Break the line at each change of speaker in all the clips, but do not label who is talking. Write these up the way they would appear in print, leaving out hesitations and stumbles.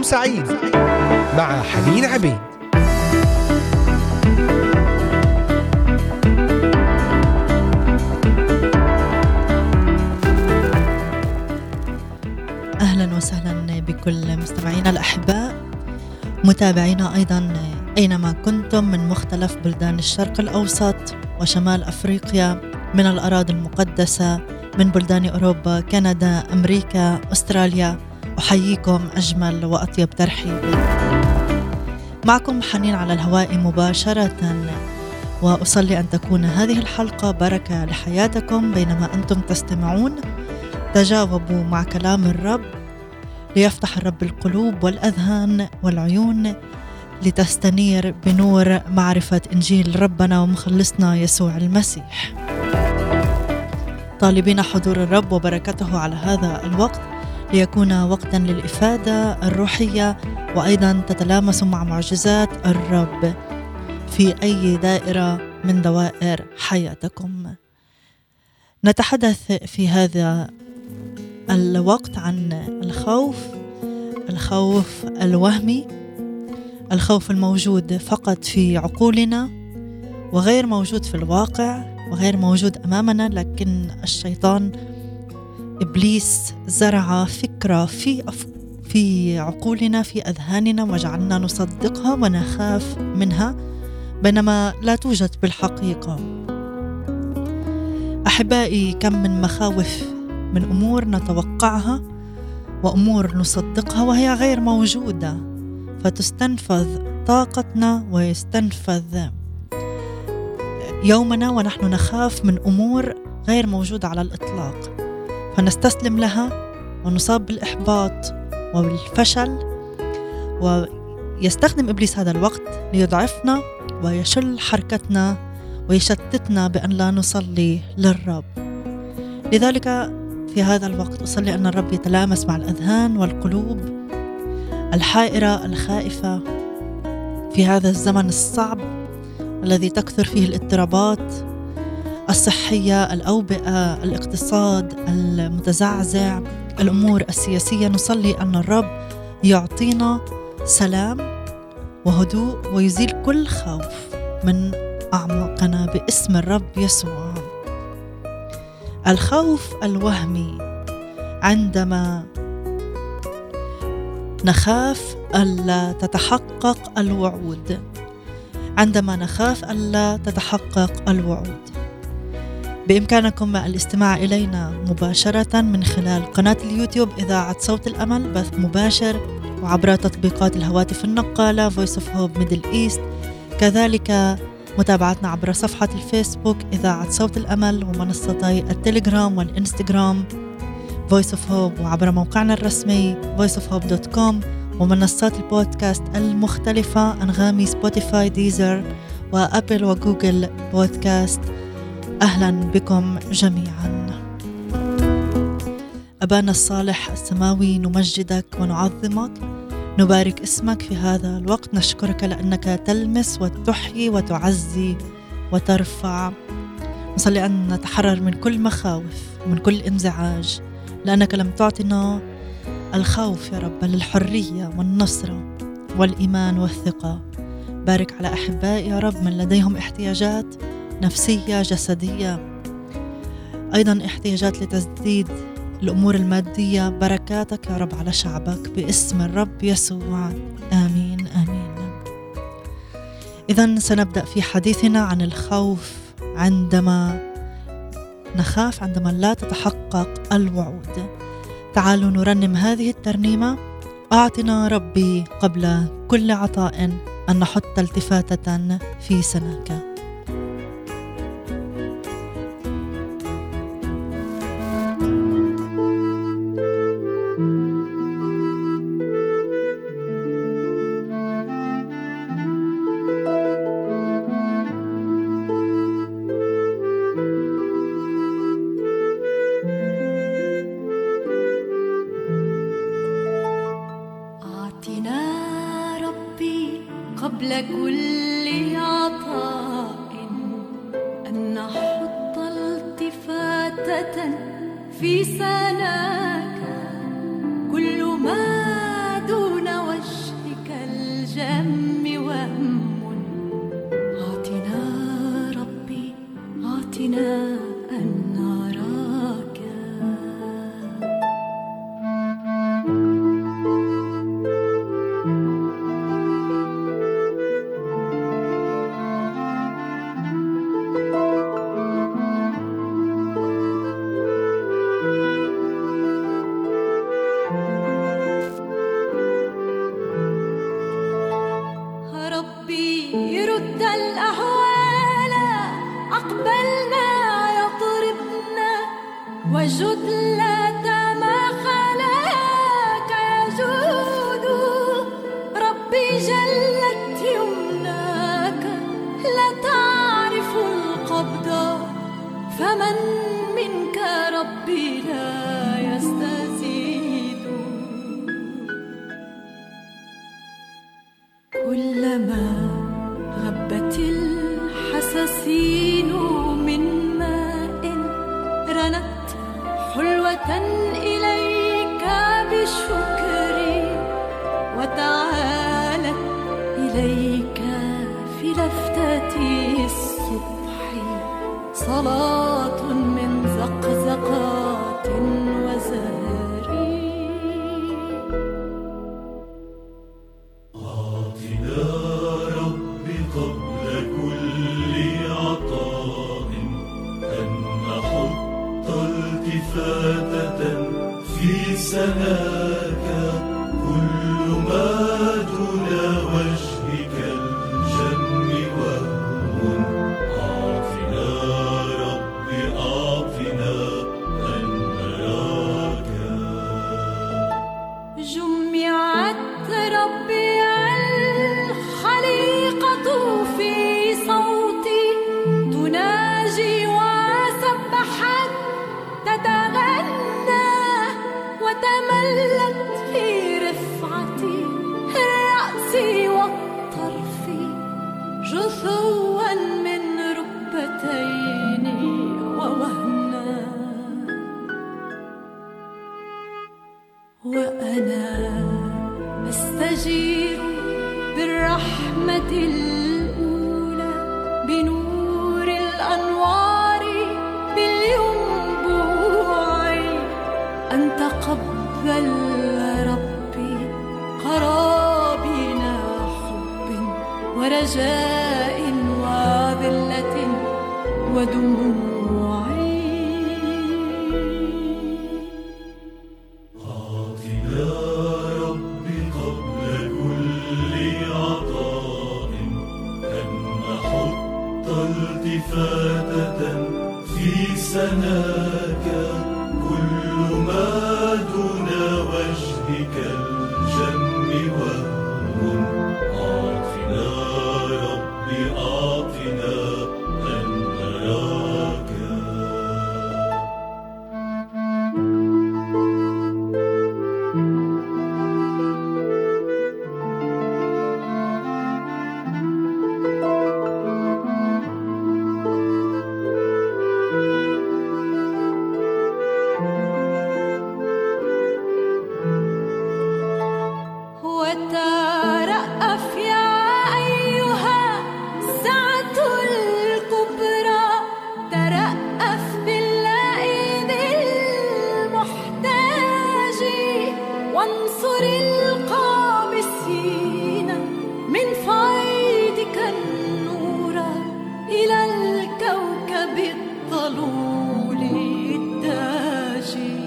سعيد مع حنين عبيد.
أهلا وسهلا بكل مستمعينا الأحباء، متابعينا أيضا أينما كنتم من مختلف بلدان الشرق الأوسط وشمال أفريقيا، من الأراضي المقدسة، من بلدان أوروبا، كندا، أمريكا، أستراليا. أحييكم أجمل وأطيب ترحيب. معكم حنين على الهواء مباشرة، وأصلي أن تكون هذه الحلقة بركة لحياتكم بينما أنتم تستمعون. تجاوبوا مع كلام الرب ليفتح الرب القلوب والأذهان والعيون لتستنير بنور معرفة إنجيل ربنا ومخلصنا يسوع المسيح، طالبين حضور الرب وبركته على هذا الوقت ليكون وقتا للإفادة الروحية، وأيضا تتلامس مع معجزات الرب في أي دائرة من دوائر حياتكم. نتحدث في هذا الوقت عن الخوف الوهمي، الخوف الموجود فقط في عقولنا وغير موجود في الواقع وغير موجود أمامنا، لكن الشيطان إبليس زرع فكرة في عقولنا، في أذهاننا، وجعلنا نصدقها ونخاف منها بينما لا توجد بالحقيقة. أحبائي، كم من مخاوف، من أمور نتوقعها وأمور نصدقها وهي غير موجودة، فتستنفذ طاقتنا ويستنفذ يومنا ونحن نخاف من أمور غير موجودة على الإطلاق، فنستسلم لها ونصاب بالإحباط وبالفشل. ويستخدم إبليس هذا الوقت ليضعفنا ويشل حركتنا ويشتتنا بأن لا نصلي للرب. لذلك في هذا الوقت أصلي أن الرب يتلامس مع الأذهان والقلوب الحائرة الخائفة في هذا الزمن الصعب الذي تكثر فيه الاضطرابات الصحية، الأوبئة، الاقتصاد المتزعزع، الأمور السياسية. نصلي أن الرب يعطينا سلام وهدوء ويزيل كل خوف من أعماقنا باسم الرب يسوع. الخوف الوهمي عندما نخاف ألا تتحقق الوعود، عندما نخاف ألا تتحقق الوعود. بإمكانكم الاستماع إلينا مباشرة من خلال قناة اليوتيوب إذاعة صوت الأمل، بث مباشر، وعبر تطبيقات الهواتف النقالة Voice of Hope Middle East، كذلك متابعتنا عبر صفحة الفيسبوك إذاعة صوت الأمل، ومنصتي التليجرام والإنستغرام Voice of Hope، وعبر موقعنا الرسمي voiceofhope.com، ومنصات البودكاست المختلفة أنغامي، سبوتيفاي، ديزر، وأبل وجوجل بودكاست. أهلا بكم جميعا. أبانا الصالح السماوي، نمجدك ونعظمك، نبارك اسمك في هذا الوقت، نشكرك لأنك تلمس وتحيي وتعزي وترفع. نصلي أن نتحرر من كل مخاوف ومن كل انزعاج، لأنك لم تعطنا الخوف يا رب، للحرية والنصرة والإيمان والثقة. بارك على أحبائي يا رب من لديهم احتياجات نفسية جسدية، أيضا احتياجات لتسديد الأمور المادية. بركاتك يا رب على شعبك باسم الرب يسوع، آمين آمين. إذن سنبدأ في حديثنا عن الخوف عندما نخاف، عندما لا تتحقق الوعود. تعالوا نرنم هذه الترنيمة: أعطنا ربي قبل كل عطاء أن نحط التفاتة في سناك.
قبل كل عطاء أن نحط التفاتة في سناك، كل ما دون وجه وجدلة ما خلاك يجود ربي جلت يمناك لا تعرف القبض فمن منك ربي لا يستزيد كلما غبت الحساسين من ماء رنت حلوة إليك بشكري وتعالت إليك في لفتة الصبح صلاة من زقزقات وزهري
أعطنا رب قبل كل عطاء أن نحط التفاتة في سناك كل ما دون وجهك الجم وهم أعطنا رب أعطنا أن نراك
جمعت ربي الخليقة في صوتي تناجي وسبحت تتغنى وتملت في رفعتي الرأس والطرف جثوا من ركبتين ووهنا وأنا أستجير بالرحمة الأولى بنور الأنوار بالينبوع أن تقبل ربي قرابين حب ورجاء وذلة ودموع
أعطنا رب قبل كل عطاء أن نحط التفاتة في سناك كل ما دون وجهك الجم وهم أعطنا رب أعطنا أن نراك
وترأف يا أيها السعة الكبرى ترأف باللئيم المحتاج وانصر القابسين من فيضك النور إلى الكوكب الضلول الداجي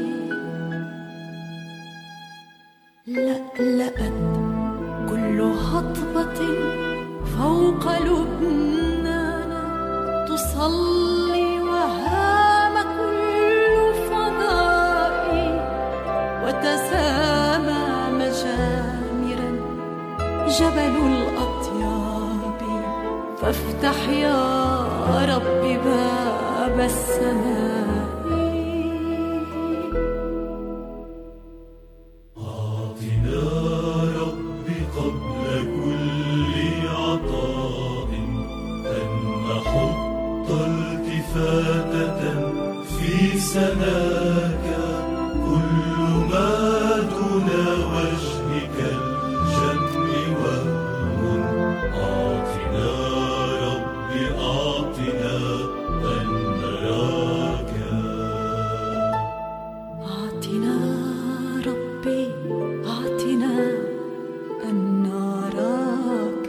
لألأت كل هضبة فوق لبنان تصلي وهام كل فضاء وتسامى مجامرا جبل الأطياب فافتح يا رب باب السماء
أعطنا رب قبل كل عطاء أن نحط التفاتة في سناك كل ما دون وجهك الجم وهم أعطنا رب أعطنا أن نراك
أعطنا ربي أعطنا أن نراك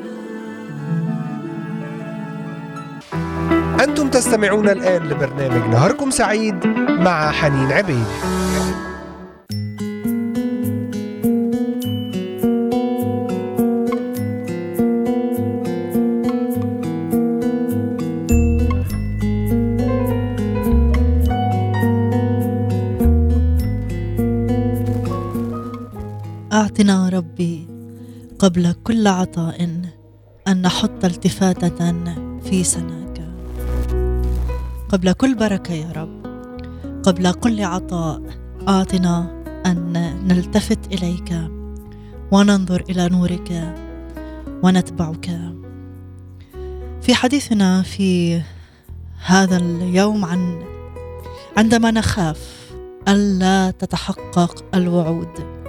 أنتم تستمعون الآن لبرنامج نهاركم سعيد مع حنين عبيد.
أعطنا ربي قبل كل عطاء أن نحط التفاتة في سناك. قبل كل بركة يا رب، قبل كل عطاء، أعطنا أن نلتفت إليك وننظر إلى نورك ونتبعك. في حديثنا في هذا اليوم عندما نخاف ألا تتحقق الوعود،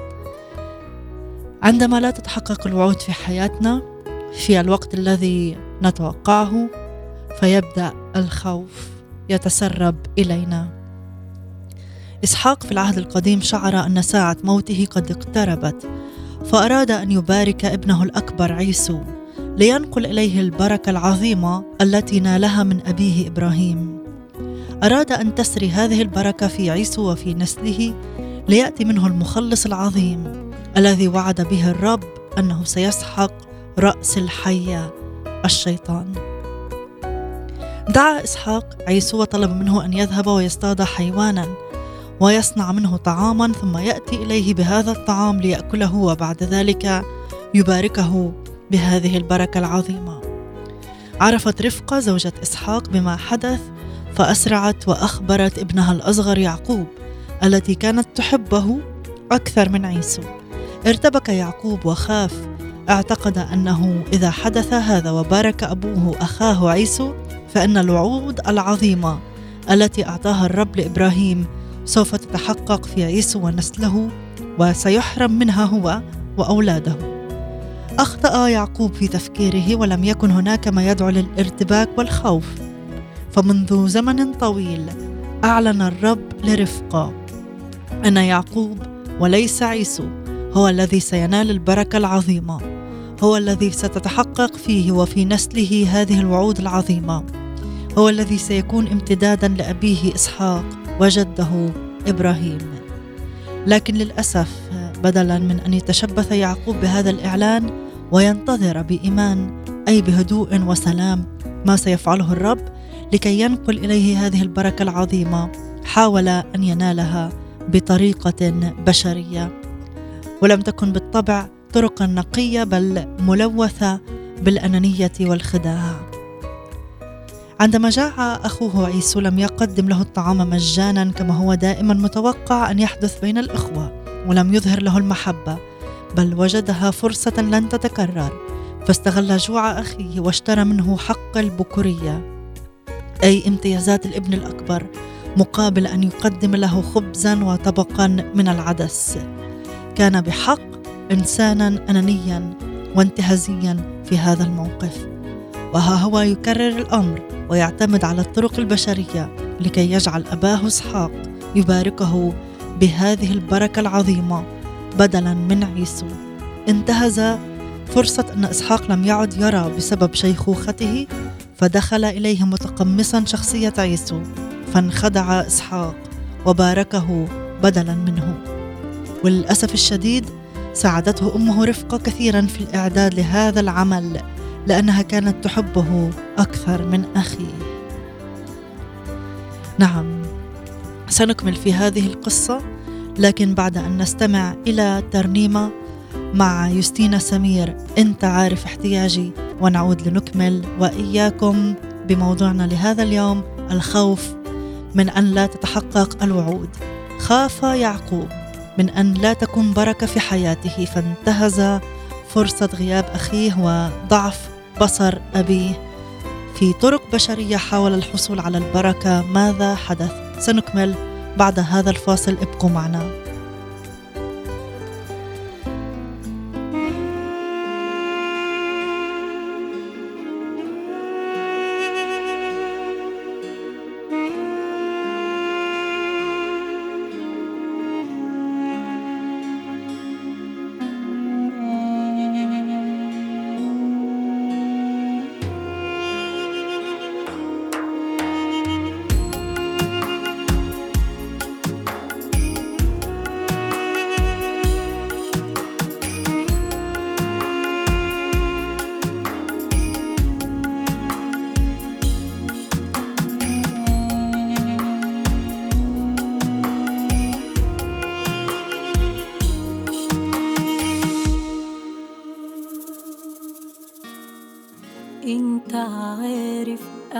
عندما لا تتحقق الوعود في حياتنا في الوقت الذي نتوقعه، فيبدأ الخوف يتسرب إلينا. إسحاق في العهد القديم شعر أن ساعة موته قد اقتربت، فأراد أن يبارك ابنه الأكبر عيسو لينقل إليه البركة العظيمة التي نالها من أبيه إبراهيم. أراد أن تسري هذه البركة في عيسو وفي نسله ليأتي منه المخلص العظيم الذي وعد به الرب أنه سيسحق رأس الحية الشيطان. دعا إسحاق عيسو وطلب منه أن يذهب ويصطاد حيوانا ويصنع منه طعاما، ثم يأتي إليه بهذا الطعام ليأكله، وبعد ذلك يباركه بهذه البركة العظيمة. عرفت رفقة زوجة إسحاق بما حدث، فأسرعت وأخبرت ابنها الأصغر يعقوب التي كانت تحبه أكثر من عيسو. ارتبك يعقوب وخاف، اعتقد أنه إذا حدث هذا وبارك أبوه أخاه عيسو فإن الوعود العظيمة التي أعطاها الرب لإبراهيم سوف تتحقق في عيسو ونسله، وسيحرم منها هو وأولاده. أخطأ يعقوب في تفكيره، ولم يكن هناك ما يدعو للارتباك والخوف. فمنذ زمن طويل أعلن الرب لرفقة أن يعقوب وليس عيسو هو الذي سينال البركة العظيمة، هو الذي ستتحقق فيه وفي نسله هذه الوعود العظيمة، هو الذي سيكون امتدادا لأبيه إسحاق وجده إبراهيم. لكن للأسف بدلا من أن يتشبث يعقوب بهذا الإعلان وينتظر بإيمان أي بهدوء وسلام ما سيفعله الرب لكي ينقل إليه هذه البركة العظيمة، حاول أن ينالها بطريقة بشرية، ولم تكن بالطبع طرقا نقية بل ملوثة بالأنانية والخداع. عندما جاع أخوه عيسو لم يقدم له الطعام مجانا كما هو دائما متوقع أن يحدث بين الإخوة، ولم يظهر له المحبة، بل وجدها فرصة لن تتكرر، فاستغل جوع أخيه واشترى منه حق البكورية أي امتيازات الابن الأكبر مقابل أن يقدم له خبزا وطبقا من العدس. كان بحق إنسانا أنانيا وانتهازيا في هذا الموقف، وها هو يكرر الأمر ويعتمد على الطرق البشرية لكي يجعل أباه إسحاق يباركه بهذه البركة العظيمة بدلا من عيسو. انتهز فرصة أن إسحاق لم يعد يرى بسبب شيخوخته، فدخل إليه متقمصا شخصية عيسو، فانخدع إسحاق وباركه بدلا منه. وللأسف الشديد ساعدته أمه رفقة كثيرا في الإعداد لهذا العمل، لأنها كانت تحبه أكثر من أخيه. نعم، سنكمل في هذه القصة، لكن بعد أن نستمع إلى ترنيمة مع يوستينا سمير أنت عارف احتياجي، ونعود لنكمل وإياكم بموضوعنا لهذا اليوم: الخوف من أن لا تتحقق الوعود. خاف يعقوب من أن لا تكون بركة في حياته، فانتهز فرصة غياب أخيه وضعف بصر أبيه في طرق بشرية، حاول الحصول على البركة. ماذا حدث؟ سنكمل بعد هذا الفاصل، ابقوا معنا.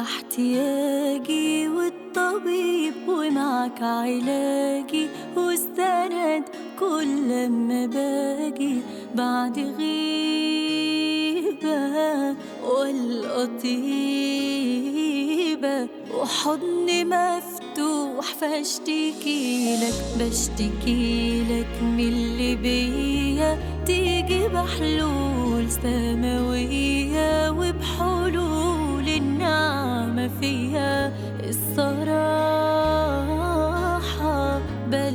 احتياجي والطبيب ومعك علاجي والسند كل ما باجي بعد غيبة والقطيبة وحضن مفتوح فاشتكي لك من اللي بيا تيجي بحلول سماوية وبحلول النعمة فيها الصراحة بل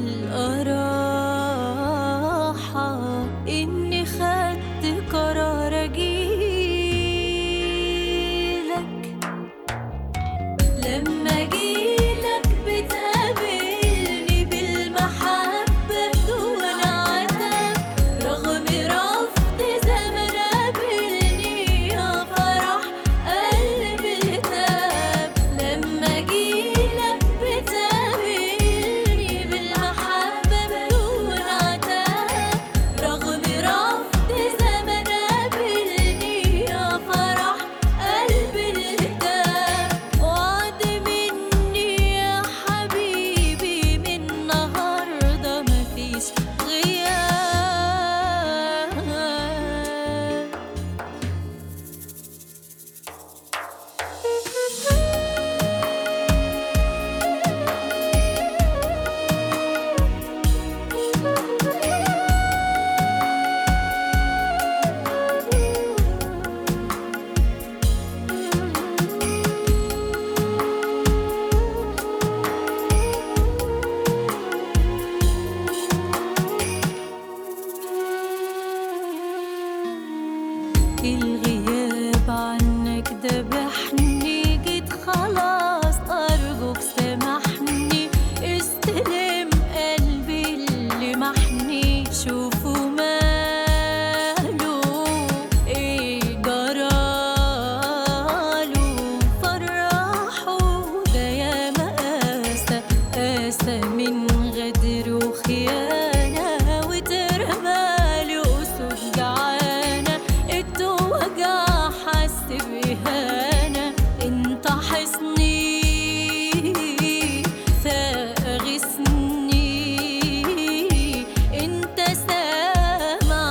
أراحة إني خدت قرار أجيلك لما أجيلك بتقابلني بالمحبة دون عتاب رغم رفض زمن قابلني يا فرح قلبي التاب لما أجيلك بتقابلني بالمحبة دون عتاب رغم رفض زمن قابلني يا فرح قلبي التاب وعد مني يا حبيبي من النهارده مفيش غياب الغياب عنك دبحني جيت خلاص أرجوك سامحني استلم قلبي اللي محني شوفوا ماله ايه جراله فرحوا ده يا مقاسة قاسة من غدر وخيانة وترمالي أسود جعانة التوجع حس بإهانة انت حصني فاغثني انت سامع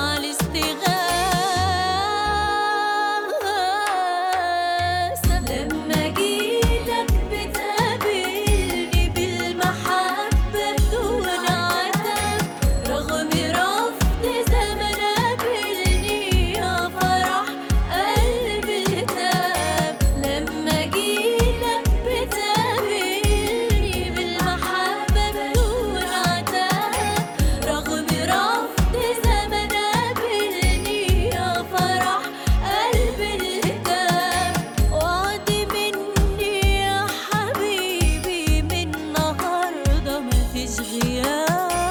الاستغاثة لما أجيلك بتقابلني بالمحبة دون عتاب رغم رفض زمن قابلني يا فرح قلبي التاب لما أجيلك بتقابلني بالمحبة دون عتاب رغم رفض زمن قابلني يا فرح قلبي التاب وعد مني يا حبيبي من النهارده مفيش غياب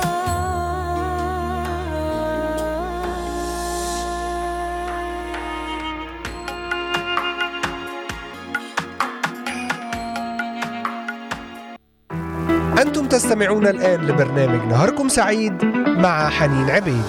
أنتم تستمعون الآن لبرنامج نهاركم سعيد مع حنين عبيد.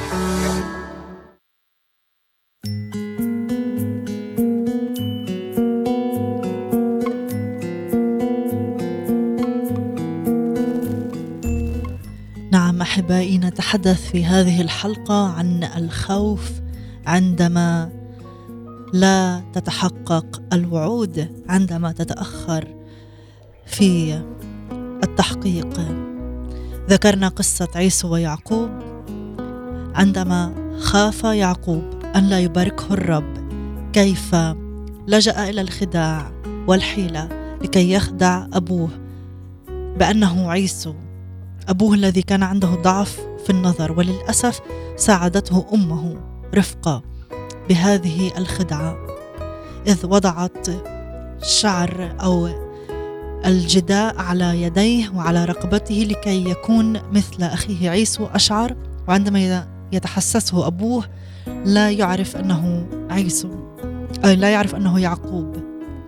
نعم أحبائي، نتحدث في هذه الحلقة عن الخوف عندما لا تتحقق الوعود، عندما تتأخر في التحقيق. ذكرنا قصة عيسو ويعقوب عندما خاف يعقوب أن لا يباركه الرب، كيف لجأ إلى الخداع والحيلة لكي يخدع أبوه بأنه عيسو، أبوه الذي كان عنده ضعف في النظر. وللأسف ساعدته أمه رفقة بهذه الخدعة، إذ وضعت شعر أو الجداء على يديه وعلى رقبته لكي يكون مثل أخيه عيسو أشعر، وعندما يتحسسه أبوه لا يعرف أنه عيسو، لا يعرف أنه يعقوب.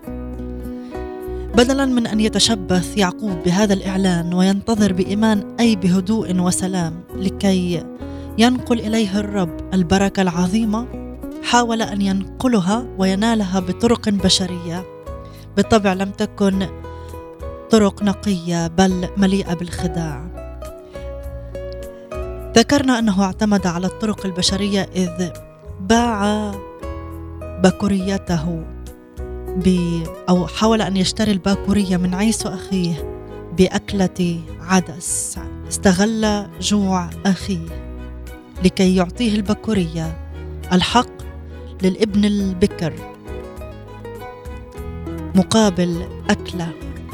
بدلا من أن يتشبث يعقوب بهذا الإعلان وينتظر بإيمان أي بهدوء وسلام لكي ينقل إليه الرب البركة العظيمة، حاول أن ينقلها وينالها بطرق بشرية، بالطبع لم تكن طرق نقية بل مليئة بالخداع. ذكرنا أنه اعتمد على الطرق البشرية إذ باع باكوريته أو حاول أن يشتري الباكورية من عيسو أخيه بأكلة عدس. استغل جوع أخيه لكي يعطيه البكورية الحق للابن البكر مقابل أكلة.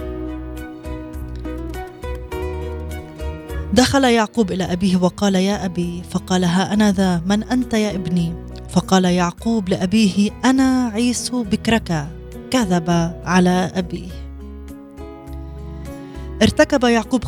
دخل يعقوب إلى أبيه وقال: يا أبي. فقال: ها أنا ذا، من أنت يا ابني؟ فقال يعقوب لأبيه: أنا عيسو بكرك. كذب على أبيه. ارتكب يعقوب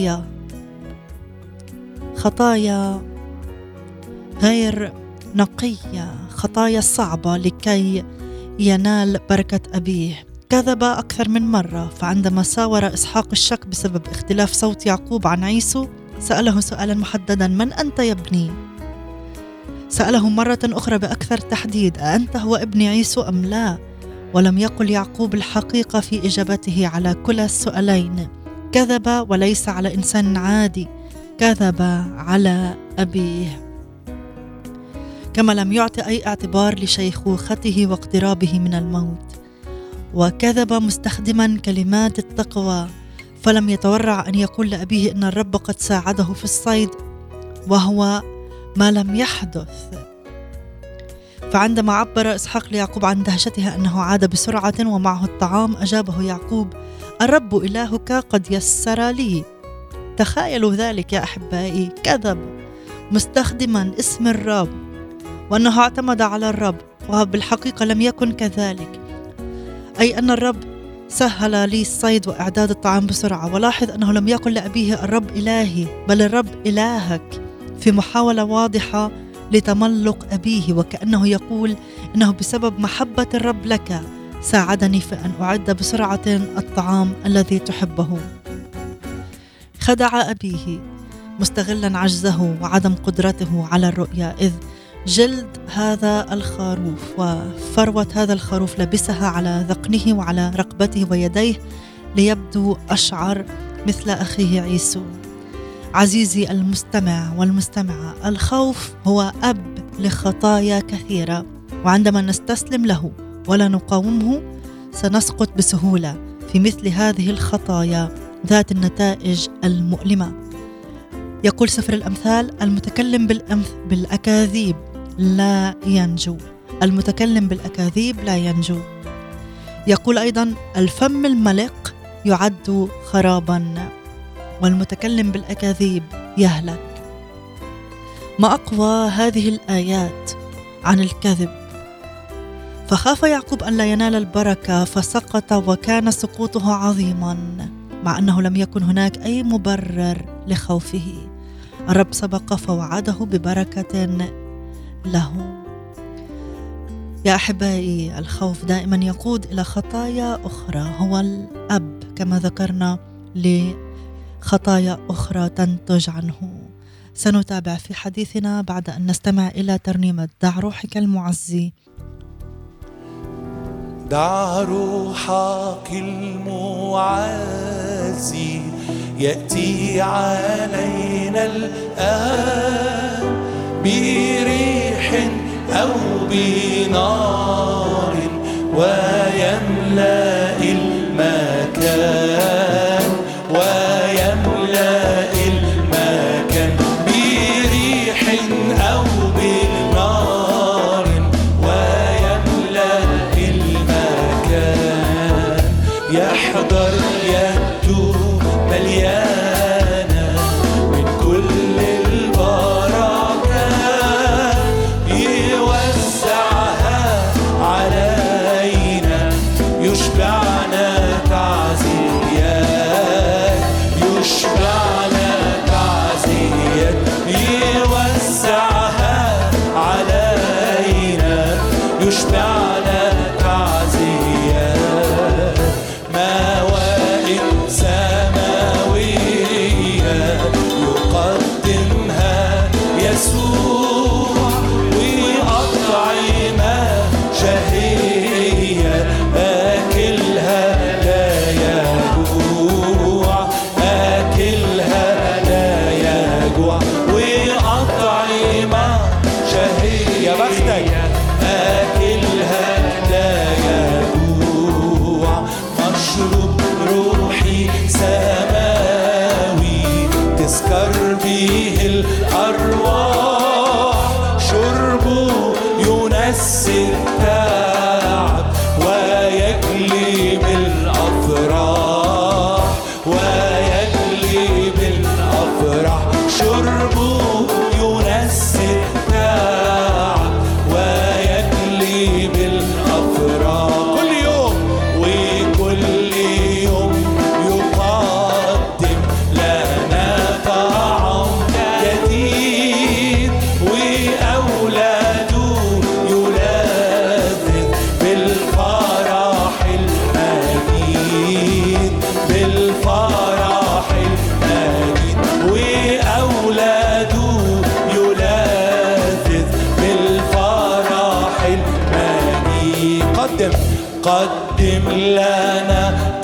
خطايا غير نقية، خطايا صعبة لكي ينال بركة أبيه. كذب أكثر من مرة، فعندما ساور إسحاق الشك بسبب اختلاف صوت يعقوب عن عيسو سأله سؤالا محددا: من أنت يا ابني؟ سأله مرة أخرى بأكثر تحديد: أأنت هو ابن عيسو أم لا؟ ولم يقل يعقوب الحقيقة في إجابته على كل السؤالين. كذب وليس على إنسان عادي، كذب على أبيه. كما لم يعطي أي اعتبار لشيخوخته واقترابه من الموت. وكذب مستخدما كلمات التقوى، فلم يتورع أن يقول لأبيه إن الرب قد ساعده في الصيد، وهو ما لم يحدث. فعندما عبر إسحاق ليعقوب عن دهشته أنه عاد بسرعة ومعه الطعام، أجابه يعقوب: الرب إلهك قد يسر لي. تخيلوا ذلك يا أحبائي، كذب مستخدما اسم الرب وأنه اعتمد على الرب، وبالحقيقة لم يكن كذلك، أي أن الرب سهل لي الصيد وإعداد الطعام بسرعة. ولاحظ أنه لم يقل لأبيه الرب إلهي بل الرب إلهك، في محاولة واضحة لتملق أبيه، وكأنه يقول إنه بسبب محبة الرب لك ساعدني في أن أعد بسرعة الطعام الذي تحبه. خدع أبيه مستغلا عجزه وعدم قدرته على الرؤية، إذ جلد هذا الخروف وفروة هذا الخروف لبسها على ذقنه وعلى رقبته ويديه ليبدو أشعر مثل أخيه عيسو. عزيزي المستمع والمستمعة، الخوف هو أب لخطايا كثيرة، وعندما نستسلم له ولا نقاومه سنسقط بسهولة في مثل هذه الخطايا ذات النتائج المؤلمة. يقول سفر الأمثال: المتكلم بالأكاذيب لا ينجو. المتكلم بالأكاذيب لا ينجو. يقول أيضا: الفم الملق يعد خرابا، والمتكلم بالأكاذيب يهلك. ما أقوى هذه الآيات عن الكذب. فخاف يعقوب أن لا ينال البركة فسقط، وكان سقوطه عظيما مع أنه لم يكن هناك أي مبرر لخوفه. الرب سبق فوعده ببركة له. يا أحبائي، الخوف دائما يقود إلى خطايا أخرى، هو الأب كما ذكرنا لخطايا أخرى تنتج عنه. سنتابع في حديثنا بعد أن نستمع إلى ترنيمة دع روحك المعزي.
دع روحك المعزي يأتي علينا الآن بريح أو بنار ويملأ المكان، ويملأ المكان بريح أو بنار ويملأ المكان. يحضر يده مليانة من كل البركات، يوسعها علينا يشبعنا تسكر به الأرواح، شربه ينسي التعب ويجلب الأفراح، ويجلب الأفراح، شربه ينسي التعب ويجلب الأفراح. كل يوم وكل يوم يقدم لنا طعام جديد، وأولاده يلذذ بالفرح المجيد، بالفرح المجيد، وأولاده يلذذ بالفرح المجيد. قدم لنا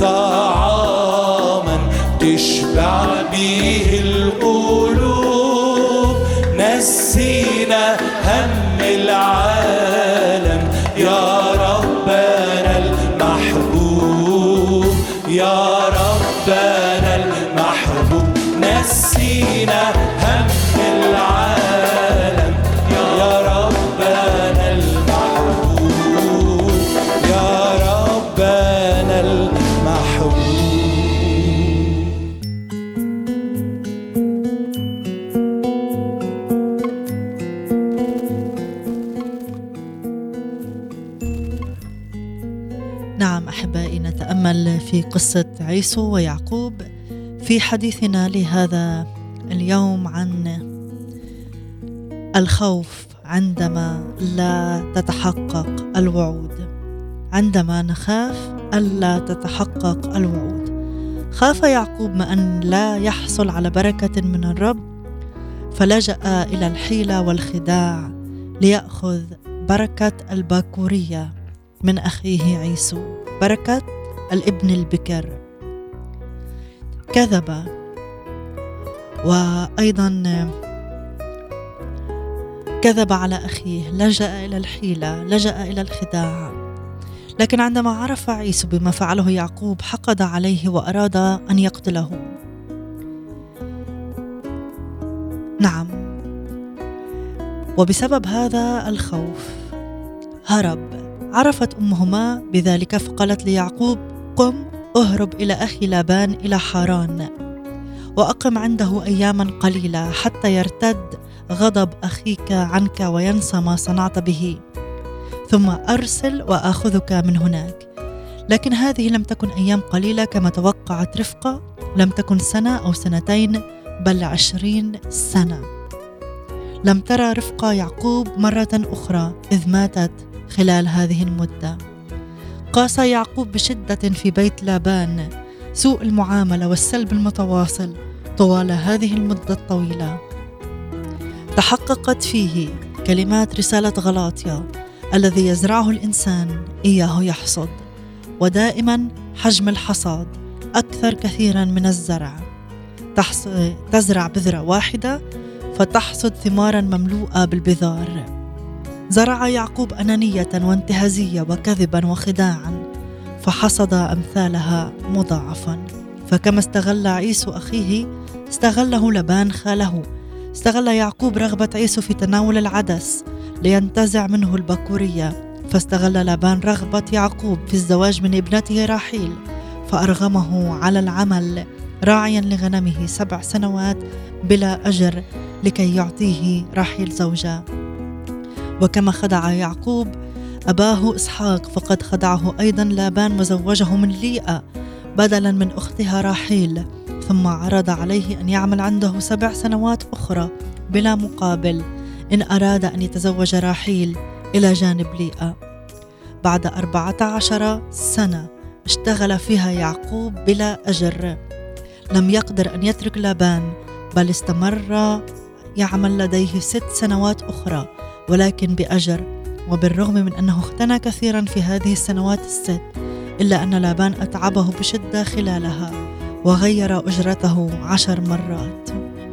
طعاما تشبع به القلوب، نسينا هم العالم يا ربنا المحبوب، يا ربنا المحبوب، نسينا هم العالم يا ربنا المحبوب، يا ربنا المحبوب.
نعم أحبائي، نتأمل في قصة عيسو ويعقوب في حديثنا لهذا اليوم عن الخوف عندما لا تتحقق الوعود، عندما نخاف ألا تتحقق الوعود. خاف يعقوب من أن لا يحصل على بركة من الرب، فلجأ إلى الحيلة والخداع ليأخذ بركة البكورية من أخيه عيسو، بركة الابن البكر. كذب، وأيضا كذب على أخيه، لجأ إلى الحيلة، لجأ إلى الخداع. لكن عندما عرف عيسو بما فعله يعقوب حقد عليه وأراد أن يقتله. نعم، وبسبب هذا الخوف هرب. عرفت أمهما بذلك فقالت ليعقوب: قم اهرب إلى أخي لابان إلى حاران، وأقم عنده أياما قليلة حتى يرتد غضب أخيك عنك وينسى ما صنعت به، ثم أرسل وآخذك من هناك. لكن هذه لم تكن أيام قليلة كما توقعت رفقة، لم تكن سنة أو سنتين، بل 20 سنة. لم ترى رفقة يعقوب مرة أخرى إذ ماتت خلال هذه المدة. قاس يعقوب بشدة في بيت لابان سوء المعاملة والسلب المتواصل طوال هذه المدة الطويلة. تحققت فيه كلمات رسالة غلاطيا: الذي يزرعه الإنسان إياه يحصد، ودائما حجم الحصاد أكثر كثيرا من الزرع. تزرع بذرة واحدة فتحصد ثمارا مملوءة بالبذار. زرع يعقوب أنانية وانتهازية وكذبا وخداعا، فحصد أمثالها مضاعفا. فكما استغل عيسو أخيه استغله لابان خاله. استغل يعقوب رغبة عيسو في تناول العدس لينتزع منه البكورية، فاستغل لابان رغبة يعقوب في الزواج من ابنته راحيل، فأرغمه على العمل راعيا لغنمه 7 سنوات بلا أجر لكي يعطيه راحيل زوجة. وكما خدع يعقوب أباه إسحاق، فقد خدعه أيضا لابان وزوجه من ليئة بدلا من أختها راحيل، ثم عرض عليه أن يعمل عنده 7 سنوات أخرى بلا مقابل إن أراد أن يتزوج راحيل إلى جانب ليئة. بعد 14 سنة اشتغل فيها يعقوب بلا أجر. لم يقدر أن يترك لابان، بل استمر يعمل لديه 6 سنوات أخرى ولكن بأجر. وبالرغم من أنه اغتنى كثيرا في هذه السنوات ال6، إلا أن لابان أتعبه بشدة خلالها وغير أجرته 10 مرات.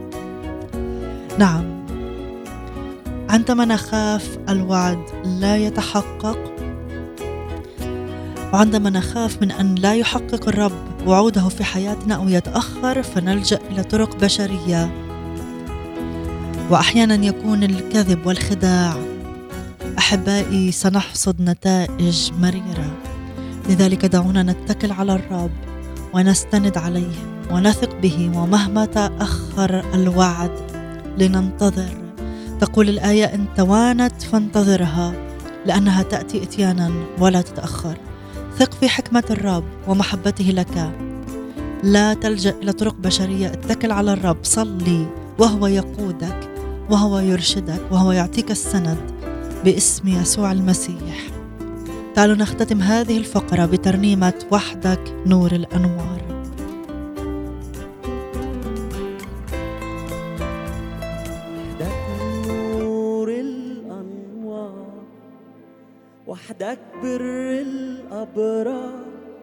نعم، عندما نخاف الوعد لا يتحقق، وعندما نخاف من أن لا يحقق الرب وعوده في حياتنا أو يتأخر فنلجأ إلى طرق بشرية، وأحيانا يكون الكذب والخداع أحبائي سنحصد نتائج مريرة. لذلك دعونا نتكل على الرب ونستند عليه ونثق به، ومهما تأخر الوعد لننتظر. تقول الآية: إن توانت فانتظرها لأنها تأتي إتيانا ولا تتأخر. ثق في حكمة الرب ومحبته لك، لا تلجأ إلى طرق بشرية. اتكل على الرب، صلي وهو يقودك وهو يرشدك وهو يعطيك السند باسم يسوع المسيح. تعالوا نختتم هذه الفقرة بترنيمة وحدك نور الأنوار.
وحدك بر الأبرار،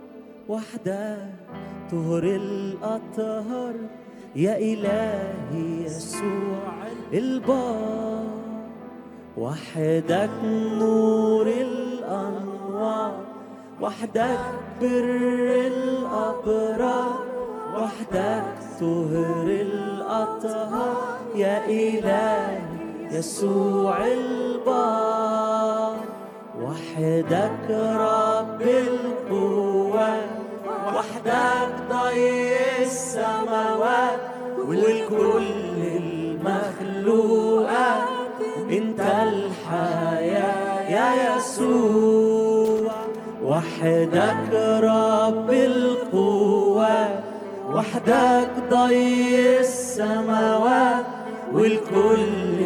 وحدك طهر الأطهار، يا إلهي يسوع البار. وحدك نور الأنوار، وحدك بر الأبرار، وحدك طهر الأطهار، يا إلهي يسوع البار. وحدك رب القوات، وحدك ضي السماوات والكل المخلوقات، انت الحياة يا يسوع. وحدك رب القوات، وحدك ضي السماوات والكل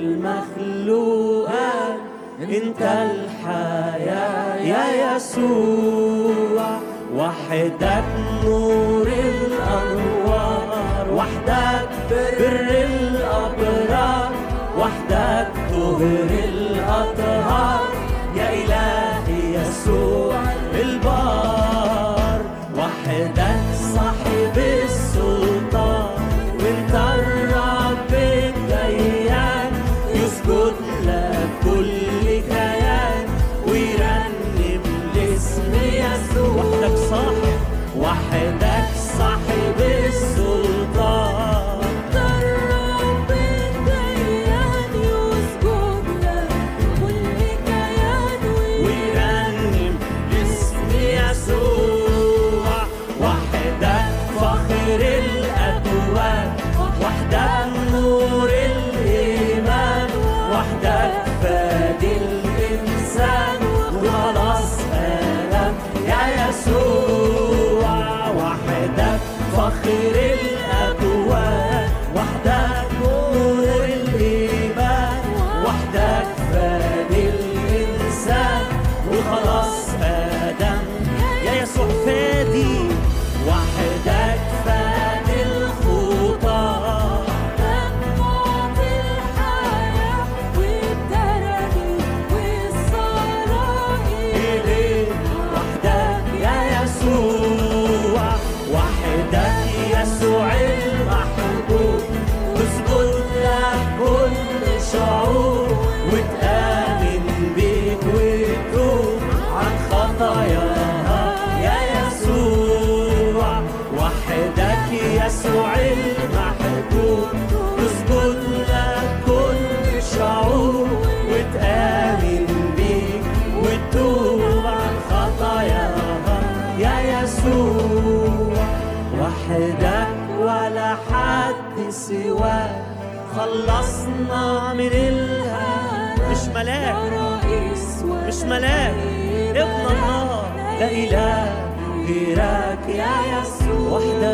المخلوقات، انت الحياة يا يسوع. وحدك نور الأنوار، وحدك بر الأبرار، وحدك طهر الأطهار، يا إلهي يسوع البار. وحدك صاحب السلطان، وانت الرب الديان، يسجد لك كل كيان ويرنم لاسم يسوع. وحدك صاحب، وحدك صاحب السلطان،
انت الرب الديان، يسجد لك كل كيان
ويرنم لاسم يسوع. وحدك فخر الأكوان، وحدك نور الإيمان، وحدك فادي الإنسان وخلاص آدم يا يسوع. وحدك فخر الأكوان، وحدك نور الإيمان، وحدك فادي الإنسان وخلاص آدم يا يسوع فادي. وحدك فادي الخطاة،
معطي الحياة والترانيم والصلاة
إليه. وحدك يا يسوع، وحدك يسوع المحبوب، تسجد لك كل شعور وتآمن بيك وتتوب عن خطاياها يا يسوع. وحدك يسوع المحبوب، تسجد لك كل شعور وتآمن بيك وتتوب عن خطاياها يا يسوع. وحدك ولا حد سواك، خلصنا من الهلاك. مش ملاك، مش ملاك، ابن الله، لا إله غيرك يا يسوع.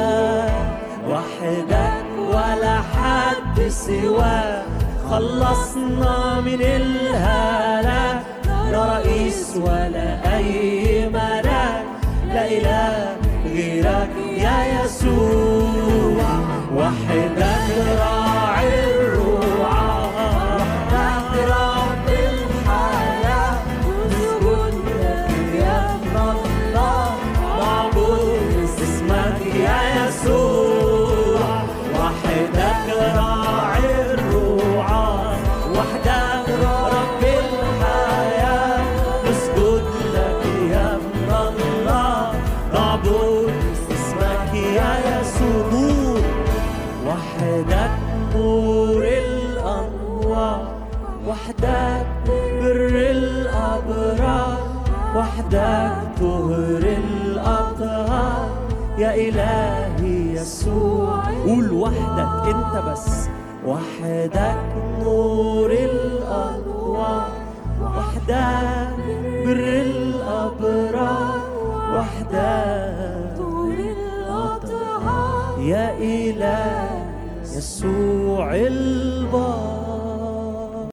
وحدك ولا حد سواك، خلصنا من الهلاك. لا رئيس ولا أي ملاك، لا إله غيرك يا يسوع. وحدك راعي الرعاة، وحدك رب الحياة، نسجد لك يا ابن الله، معبود اسمك يا يسوع. وحدك راعي الرعاة، وحدك رب الحياة، نسجد لك يا ابن الله، معبود اسمك يا يسوع، وحدك نور الأنوار، وحدك بر الأبرار، وحدك طهر الأطهار يا إلهي يسوع. قول وحدك أنت بس، وحدك نور الأنوار، وحدك بر الأبرار، وحدك
طول الأطهار
يا إله يسوع البار.